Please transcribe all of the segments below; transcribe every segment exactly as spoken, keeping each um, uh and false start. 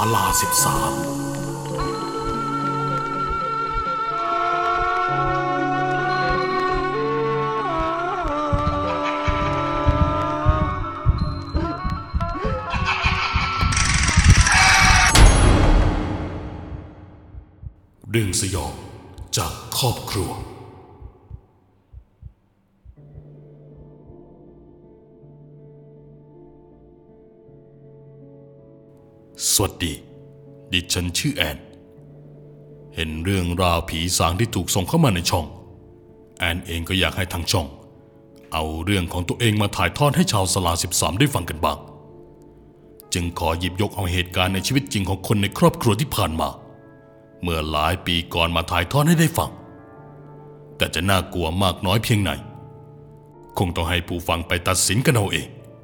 ลาสิบสามเรื่องสยองจากครอบครัวสวัสดีดิฉันชื่อแอนเห็นเรื่องราวผีสางที่ถูกส่งเข้ามาในช่องแอนเองก็อยากให้ทางช่องเอาเรื่องของตัวเองมาถ่ายทอดให้ชาวศาลาสิบสามได้ฟังกันบ้างจึงขอหยิบยกเอาเหตุการณ์ในชีวิตจริงของคนในครอบครัวที่ผ่านมาเมื่อหลายปีก่อนมาถ่ายทอดให้ได้ฟังแต่จะน่ากลัวมากน้อยเพียงไหนคงต้องให้ผู้ฟังไปตัดสินกันเอาเอง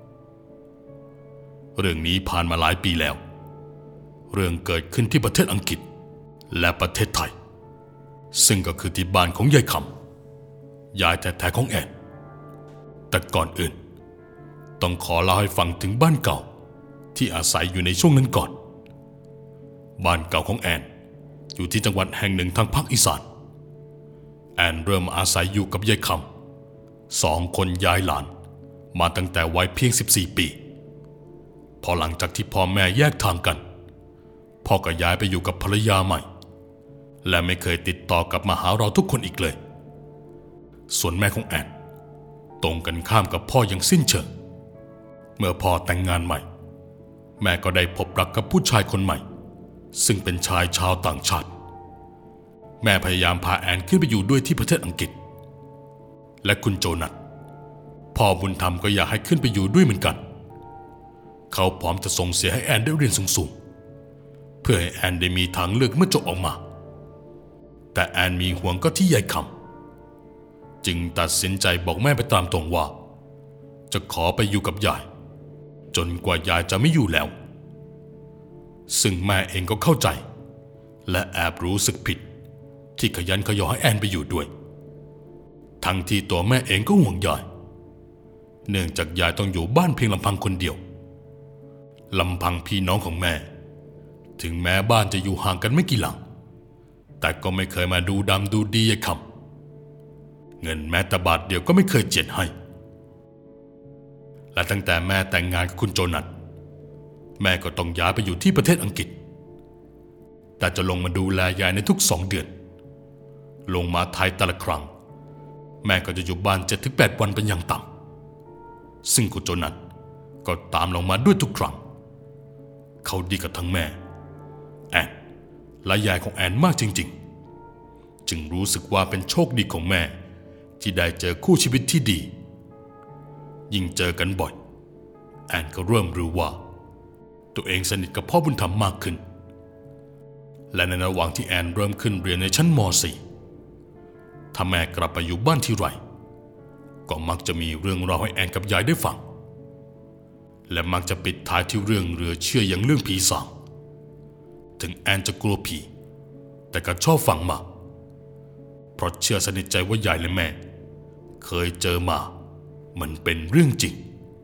เรื่องนี้ผ่านมาหลายปีแล้วเรื่องเกิดขึ้นที่ประเทศอังกฤษและประเทศไทยซึ่งก็คือที่บ้านของยายคำยายแท้ๆของแอนแต่ก่อนอื่นต้องขอเล่าให้ฟังถึงบ้านเก่าที่อาศัยอยู่ในช่วงนั้นก่อนบ้านเก่าของแอนอยู่ที่จังหวัดแห่งหนึ่งทางภาคอีสานแอนเริ่มอาศัยอยู่กับยายคำสองคนยายหลานมาตั้งแต่วัยเพียงสิบสี่ปีพอหลังจากที่พ่อแม่แยกทางกันพ่อก็ย้ายไปอยู่กับภรรยาใหม่และไม่เคยติดต่อกลับมาหาเราทุกคนอีกเลยส่วนแม่ของแอนตรงกันข้ามกับพ่ออย่างสิ้นเชิงเมื่อพ่อแต่งงานใหม่แม่ก็ได้พบรักกับผู้ชายคนใหม่ซึ่งเป็นชายชาวต่างชาติแม่พยายามพาแอนขึ้นไปอยู่ด้วยที่ประเทศอังกฤษและคุณโจนัทพ่อบุญธรรมก็อยากให้ขึ้นไปอยู่ด้วยเหมือนกันเขาพร้อมจะส่งเสียให้แอนได้เรียนสูงๆเพื่อให้แอนได้มีทางเลือกเมื่อจบออกมาแต่แอนมีห่วงก็ที่ยายคำจึงตัดสินใจบอกแม่ไปตามตรงว่าจะขอไปอยู่กับยายจนกว่ายายจะไม่อยู่แล้วซึ่งแม่เองก็เข้าใจและแอบรู้สึกผิดที่ขยันขยอให้แอนไปอยู่ด้วยทั้งที่ตัวแม่เองก็ห่วงยายเนื่องจากยายต้องอยู่บ้านเพียงลำพังคนเดียวลำพังพี่น้องของแม่ถึงแม้บ้านจะอยู่ห่างกันไม่กี่หลังแต่ก็ไม่เคยมาดูดำดูดียายคำเงินแม้แต่บาทเดียวก็ไม่เคยเจียดให้และตั้งแต่แม่แต่งงานกับคุณโจนัทแม่ก็ต้องย้ายไปอยู่ที่ประเทศอังกฤษแต่จะลงมาดูแลยายในทุกสองเดือนลงมาไทยแต่ละครั้งแม่ก็จะอยู่บ้านเจ็ดถึงแปดวันเป็นอย่างต่ำซึ่งคุณโจนัทก็ตามลงมาด้วยทุกครั้งเขาดีกับทั้งแม่แอนและยายของแอนมากจริงๆจึงรู้สึกว่าเป็นโชคดีของแม่ที่ได้เจอคู่ชีวิตที่ดียิ่งเจอกันบ่อยแอนก็เริ่มรู้ว่าตัวเองสนิทกับพ่อบุญธรรมมากขึ้นและในระหว่างที่แอนเริ่มขึ้นเรียนในชั้นม .สี่ ถ้าแม่กลับไปอยู่บ้านที่ไรก็มักจะมีเรื่องราวให้แอนกับยายได้ฟังและมักจะปิดท้ายที่เรื่องเหลือเชื่ออย่างเรื่องผีสางถึงแอนจะกลัวผีแต่ก็ชอบฟังมาเพราะเชื่อสนิทใจว่ายายและแม่เคยเจอมามันเป็นเรื่องจริง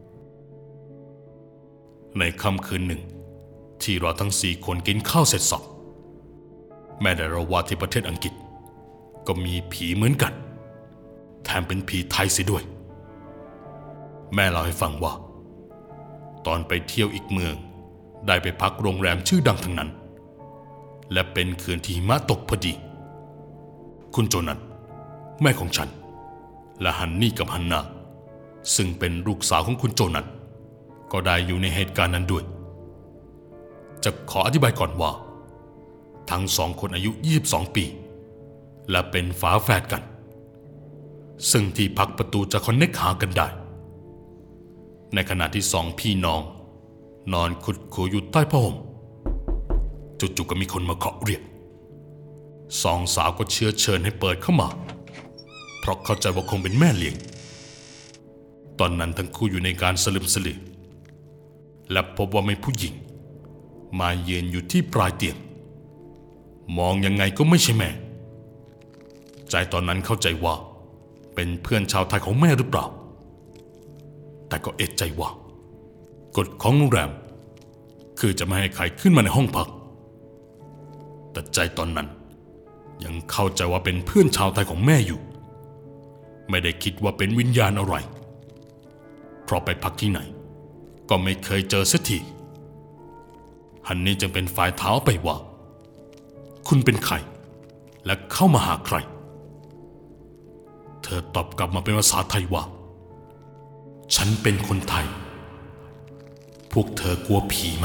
ในค่ำคืนหนึ่งที่เราทั้งสี่คนกินข้าวเสร็จสับแม่ได้เราว่าที่ประเทศอังกฤษก็มีผีเหมือนกันแถมเป็นผีไทยเสียด้วยแม่เล่าให้ฟังว่าตอนไปเที่ยวอีกเมืองได้ไปพักโรงแรมชื่อดังทั้งนั้นและเป็นคืนที่หิมะตกพอดีคุณโจนัทแม่ของฉันและฮันนี่กับฮันนาซึ่งเป็นลูกสาวของคุณโจนัทก็ได้อยู่ในเหตุการณ์นั้นด้วยจะขออธิบายก่อนว่าทั้งสองคนอายุยี่สิบสองปีและเป็นฝาแฝดกันซึ่งที่พักประตูจะคอนเนคหากันได้ในขณะที่สองพี่น้องนอนขุดคูอยู่ใต้ผ้าห่มจู่ๆก็มีคนมาเคาะเรียกสองสาวก็เชื้อเชิญให้เปิดเข้ามาเพราะเข้าใจว่าคงเป็นแม่เลี้ยงตอนนั้นทั้งคู่อยู่ในการสลึมสลือและพบว่ามีผู้หญิงมายืนอยู่ที่ปลายเตียงมองยังไงก็ไม่ใช่แม่ใจตอนนั้นเข้าใจว่าเป็นเพื่อนชาวไทยของแม่หรือเปล่าแต่ก็เอะใจว่ากฎของโรงแรมคือจะไม่ให้ใครขึ้นมาในห้องพักแต่ใจตอนนั้นยังเข้าใจว่าเป็นเพื่อนชาวไทยของแม่อยู่ไม่ได้คิดว่าเป็นวิญญาณอะไรเพราะไปพักที่ไหนก็ไม่เคยเจอสักทีฮันนี่จึงเป็นฝ่ายถามไปว่าคุณเป็นใครและเข้ามาหาใครเธอตอบกลับมาเป็นภาษาไทยว่าฉันเป็นคนไทยพวกเธอกลัวผีไหม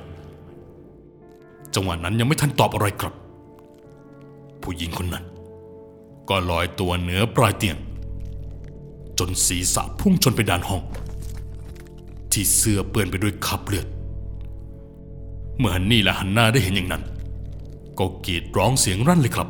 จังหวะนั้นยังไม่ทันตอบอะไรกลับผู้หญิงคนนั้นก็ลอยตัวเหนือปลายเตียงจนศีรษะพุ่งชนไปด้านห้องที่เสื้อเปื้อนไปด้วยคราบเลือดเมื่อฮันนี่และฮันน่าได้เห็นอย่างนั้นก็กรีดร้องเสียงรั่นเลยครับ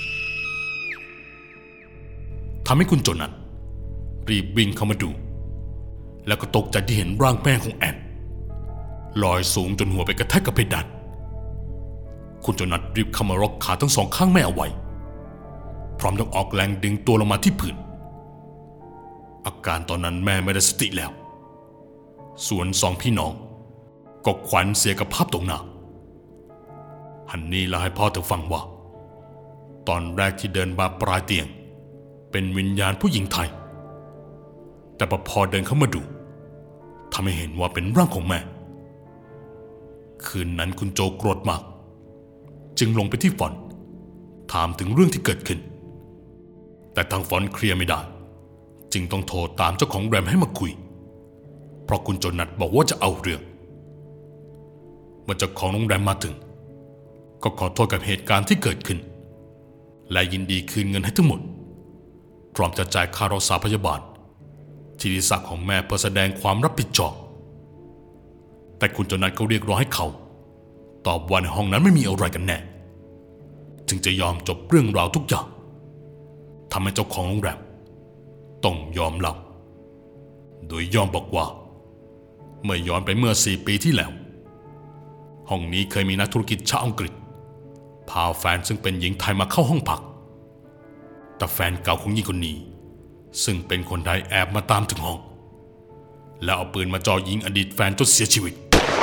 ทำให้คุณโจนัสรีบวิ่งเข้ามาดูแล้วก็ตกใจที่เห็นร่างแม่ของแอนลอยสูงจนหัวไปกระแทกกับเพดานคุณโจนัสรีบเข้ามาล็อกขาทั้งสองข้างแม่เอาไว้พร้อมทั้งออกแรงดึงตัวลงมาที่พื้นอาการตอนนั้นแม่ไม่ได้สติแล้วส่วนสองพี่น้องก็ขวัญเสียกับภาพตรงหน้าฮันนี่เล่าให้พ่อเธอฟังว่าตอนแรกที่เดินมาปลายเตียงเป็นวิญญาณผู้หญิงไทยแต่พอเดินเข้ามาดูทำให้เห็นว่าเป็นร่างของแม่คืนนั้นคุณโจโกรธมากจึงลงไปที่ฟอนถามถึงเรื่องที่เกิดขึ้นแต่ทางฟอนเคลียร์ไม่ได้จึงต้องโทรตามเจ้าของแรมให้มาคุยเพราะคุณโจนัสบอกว่าจะเอาเรื่องเมื่อเจ้าของโรงแรมมาถึงก็ขอโทษกับเหตุการณ์ที่เกิดขึ้นและยินดีคืนเงินให้ทั้งหมดพร้อมจะจ่ายค่ารักษาพยาบาลที่ศีรษะของแม่เพื่อแสดงความรับผิดชอบแต่คุณโจนัสก็เรียกร้องให้เขาตอบว่าในห้องนั้นไม่มีอะไรกันแน่จึงจะยอมจบเรื่องราวทุกอย่างทำให้เจ้าของโรงแรมต้องยอมรับโดยยอมบอกว่าเมื่อย้อนไปเมื่อสี่ปีที่แล้วห้องนี้เคยมีนักธุรกิจชาวอังกฤษพาแฟนซึ่งเป็นหญิงไทยมาเข้าห้องพักแต่แฟนเก่าของหญิงคนนี้ซึ่งเป็นคนไทยแอบมาตามถึงห้องแล้วเอาปืนมาจ่อยิงอดีตแฟนจนเสียชีวิต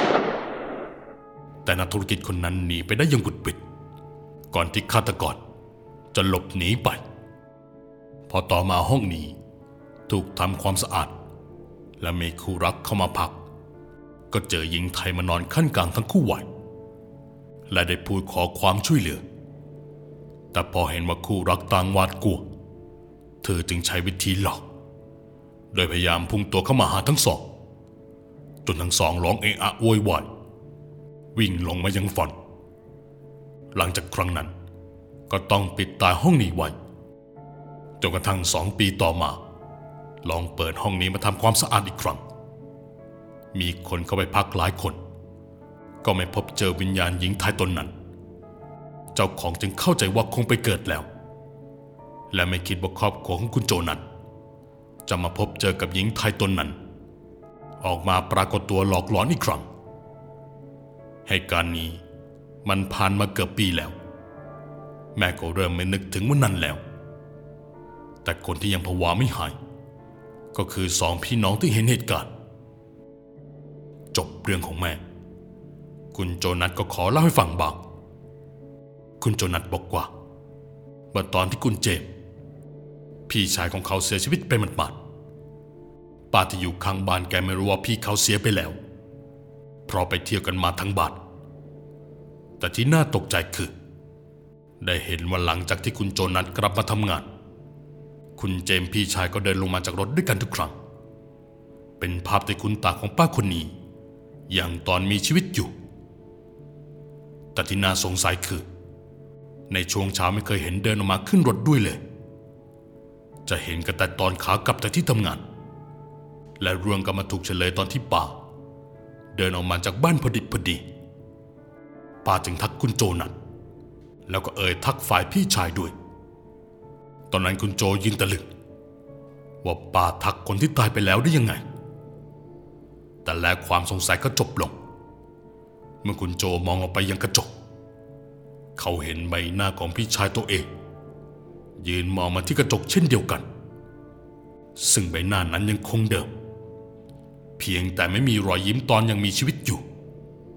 แต่นักธุรกิจคนนั้นหนีไปได้อย่างบุดหวิดก่อนที่ฆาตกรจะหลบหนีไปพอต่อมาห้องนี้ถูกทำความสะอาดและมีคู่รักเข้ามาพักก็เจอหญิงไทยมานอนขั้นกลางทั้งคู่วัยและได้พูดขอความช่วยเหลือแต่พอเห็นว่าคู่รักต่างหวาดกลัวเธอจึงใช้วิธีหลอกโดยพยายามพุ่งตัวเข้ามาหาทั้งสองจนทั้งสองร้องเอะอะโวยวายวิ่งลงมายังฟอนหลังจากครั้งนั้นก็ต้องปิดตายห้องนี้ไว้จนกระทั่งสองปีต่อมาลองเปิดห้องนี้มาทำความสะอาดอีกครั้งมีคนเข้าไปพักหลายคนก็ไม่พบเจอวิญญาณหญิงไทยตนนั้นเจ้าของจึงเข้าใจว่าคงไปเกิดแล้วและไม่คิดว่าครอบครัวของคุณโจนัสจะมาพบเจอกับหญิงไทยตนนั้นออกมาปรากฏตัวหลอกหลอนอีกครั้งเหตุการณ์นี้มันผ่านมาเกือบปีแล้วแม่ก็เริ่มไม่นึกถึงวันนั้นแล้วแต่คนที่ยังผวาไม่หายก็คือสองพี่น้องที่เห็นเหตุการณ์จบเรื่องของแม่คุณโจนัสก็ขอเล่าให้ฟังบ้างคุณโจนัสบอกว่าเมื่อตอนที่คุณเจมส์พี่ชายของเขาเสียชีวิตไปหมาดๆป้าที่อยู่ข้างบ้านแกไม่รู้ว่าพี่เขาเสียไปแล้วเพราะไปเที่ยวกันมาทั้งบ้านแต่ที่น่าตกใจคือได้เห็นว่าหลังจากที่คุณโจนัสกลับมาทำงานคุณเจมส์พี่ชายก็เดินลงมาจากรถด้วยกันทุกครั้งเป็นภาพที่คุ้นตาของป้าคนนี้อย่างตอนมีชีวิตอยู่แต่ที่น่าสงสัยคือในช่วงเช้าไม่เคยเห็นเดินออกมาขึ้นรถด้วยเลยจะเห็นกันแต่ตอนขากลับจากที่ทำงานและเรื่องก็มาถูกเฉลยตอนที่ป้าเดินออกมาจากบ้านพอดิบพอดีป้าจึงทักคุณโจนัสแล้วก็เอ่ยทักฝ่ายพี่ชายด้วยตอนนั้นคุณโจยืนตะลึงว่าป้าทักคนที่ตายไปแล้วได้ยังไงแต่แล้วความสงสัยก็จบลงเมื่อคุณโจมองออกไปยังกระจกเขาเห็นใบหน้าของพี่ชายตัวเองยืนมองมาที่กระจกเช่นเดียวกันซึ่งใบหน้านั้นยังคงเดิมเพียงแต่ไม่มีรอยยิ้มตอนยังมีชีวิตอยู่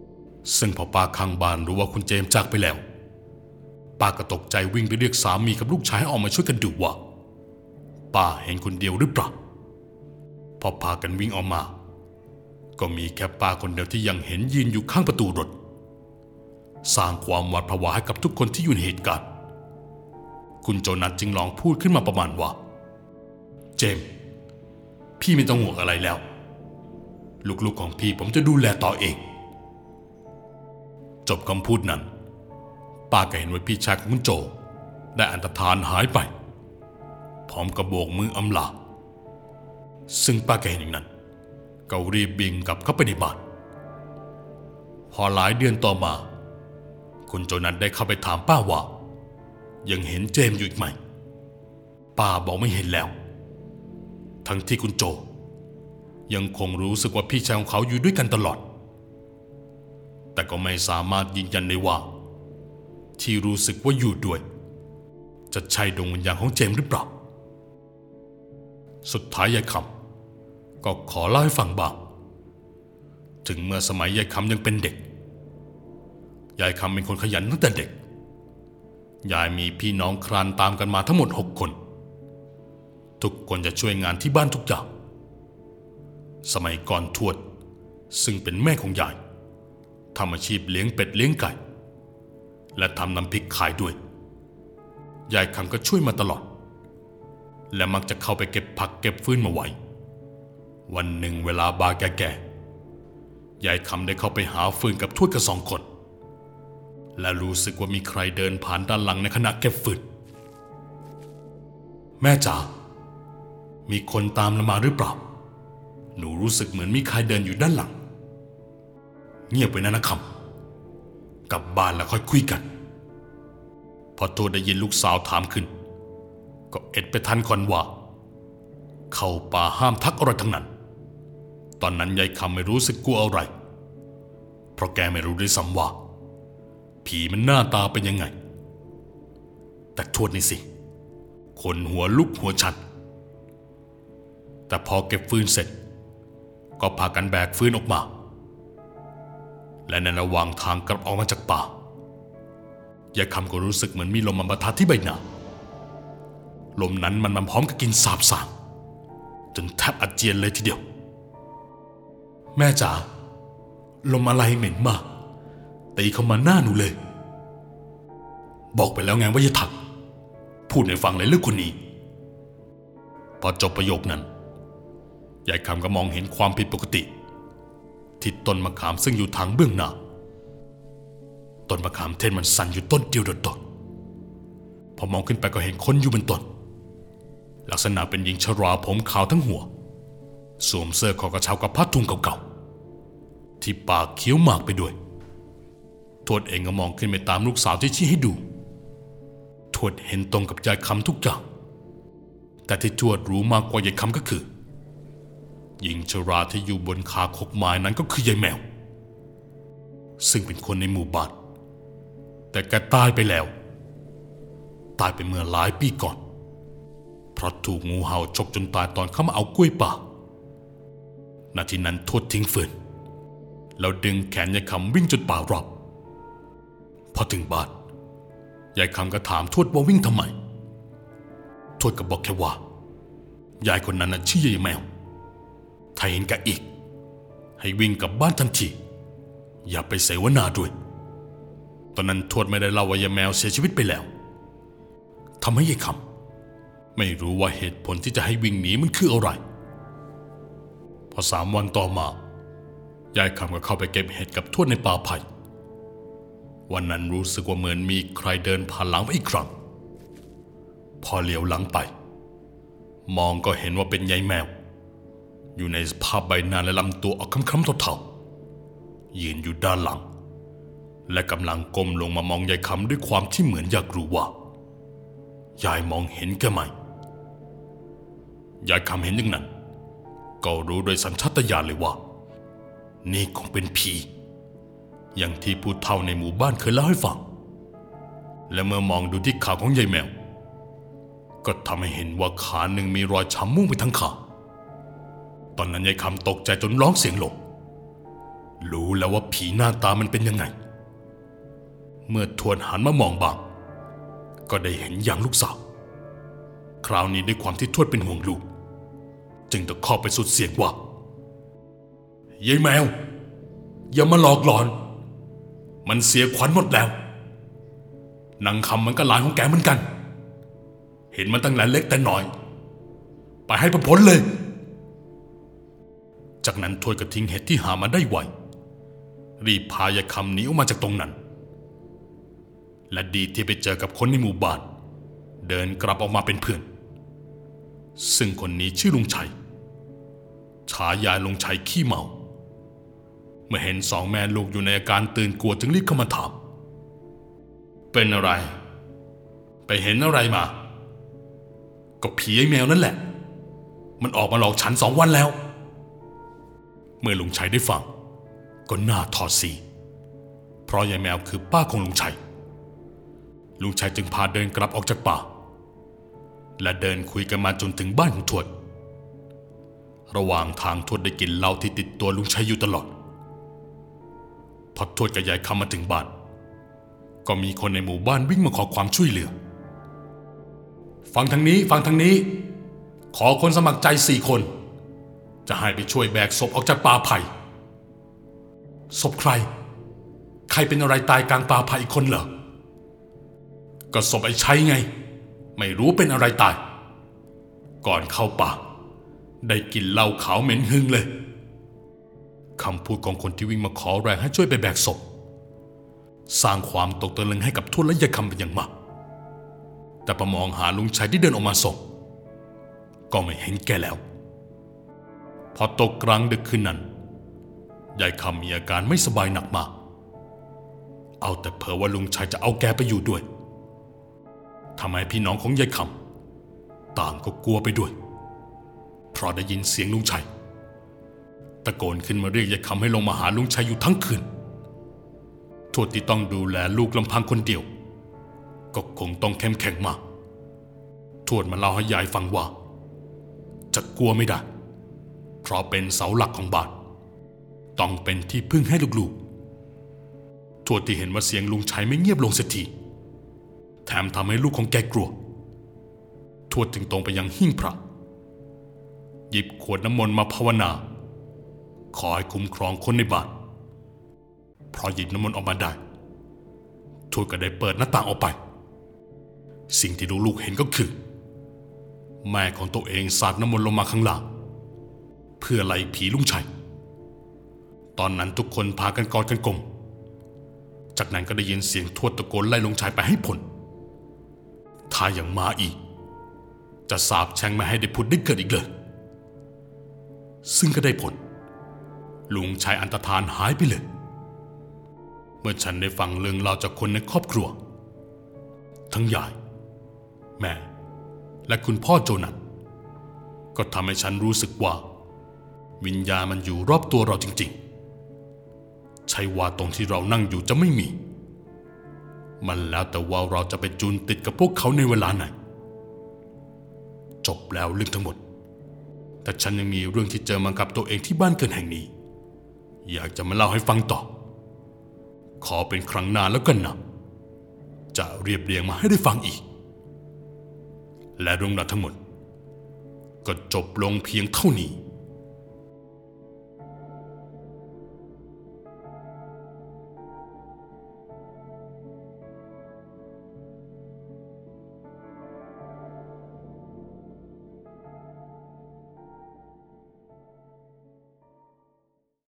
ซึ่งพอป้าข้างบ้านรู้ว่าคุณเจมส์จากไปแล้วป้าก็ตกใจวิ่งไปเรียกสามีกับลูกชายให้ออกมาช่วยกันดูว่าป้าเห็นคนเดียวหรือเปล่าพอพากันวิ่งออกมาก็มีแค่ป้าคนเดียวที่ยังเห็นยืนอยู่ข้างประตูรถสร้างความหวาดผวาให้กับทุกคนที่อยู่ในเหตุการณ์คุณโจนัสจึงลองพูดขึ้นมาประมาณว่าเจมส์พี่ไม่ต้องห่วงอะไรแล้วลูกๆของพี่ผมจะดูแลต่อเองจบคำพูดนั้นป้าก็เห็นว่าพี่ชายของคุณโจได้อันตรธานหายไปพร้อมกับโบกมืออำลาซึ่งป้าก็เห็นอย่างนั้นก็รีบบิงกลับเข้าไปในบ้านพอหลายเดือนต่อมาคุณโจนัสได้เข้าไปถามป้าว่ายังเห็นเจมส์อยู่อีกไหมป้าบอกไม่เห็นแล้วทั้งที่คุณโจยังคงรู้สึกว่าพี่ชายของเขาอยู่ด้วยกันตลอดแต่ก็ไม่สามารถยืนยันได้ว่าที่รู้สึกว่าอยู่ด้วยจะใช่ดวงวิญญาณของเจมส์หรือเปล่าสุดท้ายยายคำก็ขอเล่าให้ฟังบ้างถึงเมื่อสมัยยายคำยังเป็นเด็กยายคำเป็นคนขยันตั้งแต่เด็กยายมีพี่น้องคลานตามกันมาทั้งหมดหกคนทุกคนจะช่วยงานที่บ้านทุกอย่างสมัยก่อนทวดซึ่งเป็นแม่ของยายทำอาชีพเลี้ยงเป็ดเลี้ยงไก่และทำน้ำพริกขายด้วยยายคำก็ช่วยมาตลอดและมักจะเข้าไปเก็บผักเก็บฟืนมาไว้วันหนึ่งเวลาบาแก่ๆยายคำได้เข้าไปหาฟืนกับทวดกันสองคนและรู้สึกว่ามีใครเดินผ่านด้านหลังในขณะเก็บฟืนแม่จ๋ามีคนตามเรามาหรือเปล่าหนูรู้สึกเหมือนมีใครเดินอยู่ด้านหลังเงียบไปนะนะคำกลับบ้านแล้วค่อยคุยกันพอตัวได้ยินลูกสาวถามขึ้นก็เอ็ดไปทันควันว่าเข้าป่าห้ามทักอะไรทั้งนั้นตอนนั้นยายคำไม่รู้สึกกลัวอะไรเพราะแกไม่รู้ด้วยซ้ำว่าผีมันหน้าตาเป็นยังไงแต่ทวดนี่สิคนหัวลุกหัวชันแต่พอเก็บฟืนเสร็จก็พากันแบกฟืนออกมาและในระหว่างทางกลับออกมาจากป่ายายคำก็รู้สึกเหมือนมีลมมาปะทะที่ใบหน้าลมนั้นมันมาพร้อมกับกลิ่นสาบสางจนแทบอาเจียนเลยทีเดียวแม่จ๋าลมอะไรเหม็นมากตีเข้ามาหน้าหนูเลยบอกไปแล้วไงว่าอย่าทักพูดให้ฟังเลยเรื่องคนนี้พอจบประโยคนั้นยายคำก็มองเห็นความผิดปกติที่ต้นมะขามซึ่งอยู่ทางเบื้องหน้าต้นมะขามเทศมันสั่นอยู่ต้นเดียวโดดๆพอมองขึ้นไปก็เห็นคนอยู่บนต้นลักษณะเป็นหญิงชราผมขาวทั้งหัวสวมเสื้อคอกระเช้ากับผ้าถุงเก่าๆที่ปากเคี้ยวหมากไปด้วยทวดเองก็มองขึ้นไปตามลูกสาวที่ชี้ให้ดูทวดเห็นตรงกับยายคำทุกอย่างแต่ที่ทวดรู้มากกว่ายายคำก็คือหญิงชราที่อยู่บนขาคกไม้นั้นก็คือยายแมวซึ่งเป็นคนในหมู่บ้านแต่แกตายไปแล้วตายไปเมื่อหลายปีก่อนเพราะถูกงูเห่าฉกจนตายตอนเข้ามาเอากล้วยป่านาทีนั้นทวดทิ้งฟืนแล้วดึงแขนยายคำวิ่งจนป่ารอบพอถึงบ้านยายคำก็ถามทวดว่าวิ่งทำไมทวดก็บอกแค่ว่ายายคนนั้นน่ะชื่อยายแมวถ้าเห็นแกอีกให้วิ่งกลับบ้านทันทีอย่าไปเสวนาด้วยตอนนั้นทวดไม่ได้เล่าว่ายายแมวเสียชีวิตไปแล้วทำให้ยายคำไม่รู้ว่าเหตุผลที่จะให้วิ่งหนีมันคืออะไรพอสามวันต่อมายายคำก็เข้าไปเก็บเห็ดกับทวดในป่าไผ่วันนั้นรู้สึกว่าเหมือนมีใครเดินผ่านหลังไปอีกครั้งพอเหลียวหลังไปมองก็เห็นว่าเป็นยายแมวอยู่ในสภาพใบหน้าและลำตัวออกคล้ำๆเทาๆยืนอยู่ด้านหลังและกำลังก้มลงมามองยายคำด้วยความที่เหมือนอยากรู้ว่ายายมองเห็นแกไหมยายคำเห็นอย่างนั้นก็รู้โดยสัญชาตญาณเลยว่านี่คงเป็นผีอย่างที่ผู้เฒ่าในหมู่บ้านเคยเล่าให้ฟังและเมื่อมองดูที่ขาของยายแมวก็ทำให้เห็นว่าขาหนึ่งมีรอยช้ำม่วงไปทั้งขาตอนนั้นยายคำตกใจจนร้องเสียงหลงรู้แล้วว่าผีหน้าตามันเป็นยังไงเมื่อทวนหันมามองบางก็ได้เห็นอย่างลูกสาวคราวนี้ด้วยความที่ทวดเป็นห่วงลูกจึงตะคอกไปสุดเสียงว่ายายแมวอย่ามาหลอกหลอนมันเสียขวัญหมดแล้วนางคำมันก็หลานของแกเหมือนกันเห็นมันตั้งแต่เล็กแต่น้อยไปให้พ้นเลยจากนั้นทวดก็ทิ้งเห็ดที่หามาได้ไวรีบพายายคำหนีออกมาจากตรงนั้นและดีที่ไปเจอกับคนในหมู่บ้านเดินกลับออกมาเป็นเพื่อนซึ่งคนนี้ชื่อลุงชัยฉายาลุงชัยขี้เมาเมื่อเห็นสองแม่ลูกอยู่ในอาการตื่นกลัวจึงรีบเข้ามาถามเป็นอะไรไปเห็นอะไรมาก็ผีไอ้แมวนั่นแหละมันออกมาหลอกฉันสองวันแล้วเมื่อลุงชัยได้ฟังก็หน้าถอดสีเพราะยายแมวคือป้าของลุงชัยลุงชัยจึงพาเดินกลับออกจากป่าและเดินคุยกันมาจนถึงบ้านของทวดระหว่างทางทวดได้กินเหล้าที่ติดตัวลุงชัยอยู่ตลอดพอทวดกับยายคำมาถึงบ้านก็มีคนในหมู่บ้านวิ่งมาขอความช่วยเหลือฟังทางนี้ฟังทางนี้ขอคนสมัครใจสี่คนจะให้ไปช่วยแบกศพออกจากป่าไผ่ศพใครใครเป็นอะไรตายกลางป่าไผ่อีกคนเหรอก็ศพไอ้ชัยไงไม่รู้เป็นอะไรตายก่อนเข้าป่าได้กินเหล้าขาวเหม็นหึงเลยคำพูดของคนที่วิ่งมาขอแรงให้ช่วยไปแบกศพสร้างความตกตะลึงให้กับทวดและยายคำเป็นอย่างมากแต่พอมองหาลุงชัยที่เดินออกมาส่งก็ไม่เห็นแกแล้วพอตกกลางดึกคืนนั้นยายคำมีอาการไม่สบายหนักมากเอาแต่เผลอว่าลุงชัยจะเอาแกไปอยู่ด้วยทำให้พี่น้องของยายคำต่างก็กลัวไปด้วยเพราะได้ยินเสียงลุงชัยตะโกนขึ้นมาเรียกยายคำให้ลงมาหาลุงชัยอยู่ทั้งคืนทวดที่ต้องดูแลลูกลำพังคนเดียวก็คงต้องเข้มแข็งมากทวดมาเล่าให้ยายฟังว่าจะกลัวไม่ได้เพราะเป็นเสาหลักของบ้านต้องเป็นที่พึ่งให้ลูกๆทวดที่เห็นว่าเสียงลุงชัยไม่เงียบลงสักทีแถมทำให้ลูกของแกกลัวทวดจึงตรงไปยังหิ้งพระหยิบขวดน้ำมนต์มาภาวนาขอให้คุ้มครองคนในบ้านพอหยิบน้ำมนต์ออกมาได้ทวดก็ได้เปิดหน้าต่างออกไปสิ่งที่ลูกๆเห็นก็คือแม่ของตัวเองสาดน้ำมนต์ลงมาข้างล่างเพื่อไล่ผีลุงชัยตอนนั้นทุกคนพากันกอดกันกลมจากนั้นก็ได้ยินเสียงทวดตะโกนไล่ลุงชัยไปให้พ้นถ้ายังมาอีกจะสาปแช่งไม่ให้ได้ผุดได้เกิดอีกเลยซึ่งก็ได้ผลลุงชัยอันตรธานหายไปเลยเมื่อฉันได้ฟังเรื่องเล่าจากคนในครอบครัวทั้งยายแม่และคุณพ่อโจนัสก็ทำให้ฉันรู้สึกว่าวิญญาณมันอยู่รอบตัวเราจริงๆใช่ว่าตรงที่เรานั่งอยู่จะไม่มีมันแล้วแต่ว่าเราจะไปจูนติดกับพวกเขาในเวลาไหนจบแล้วเรื่องทั้งหมดแต่ฉันยังมีเรื่องที่เจอมากับตัวเองที่บ้านเกิดแห่งนี้อยากจะมาเล่าให้ฟังต่อขอเป็นครั้งหน้าแล้วกันนะจะเรียบเรียงมาให้ได้ฟังอีกและเรื่องราวทั้งหมดก็จบลงเพียงเท่านี้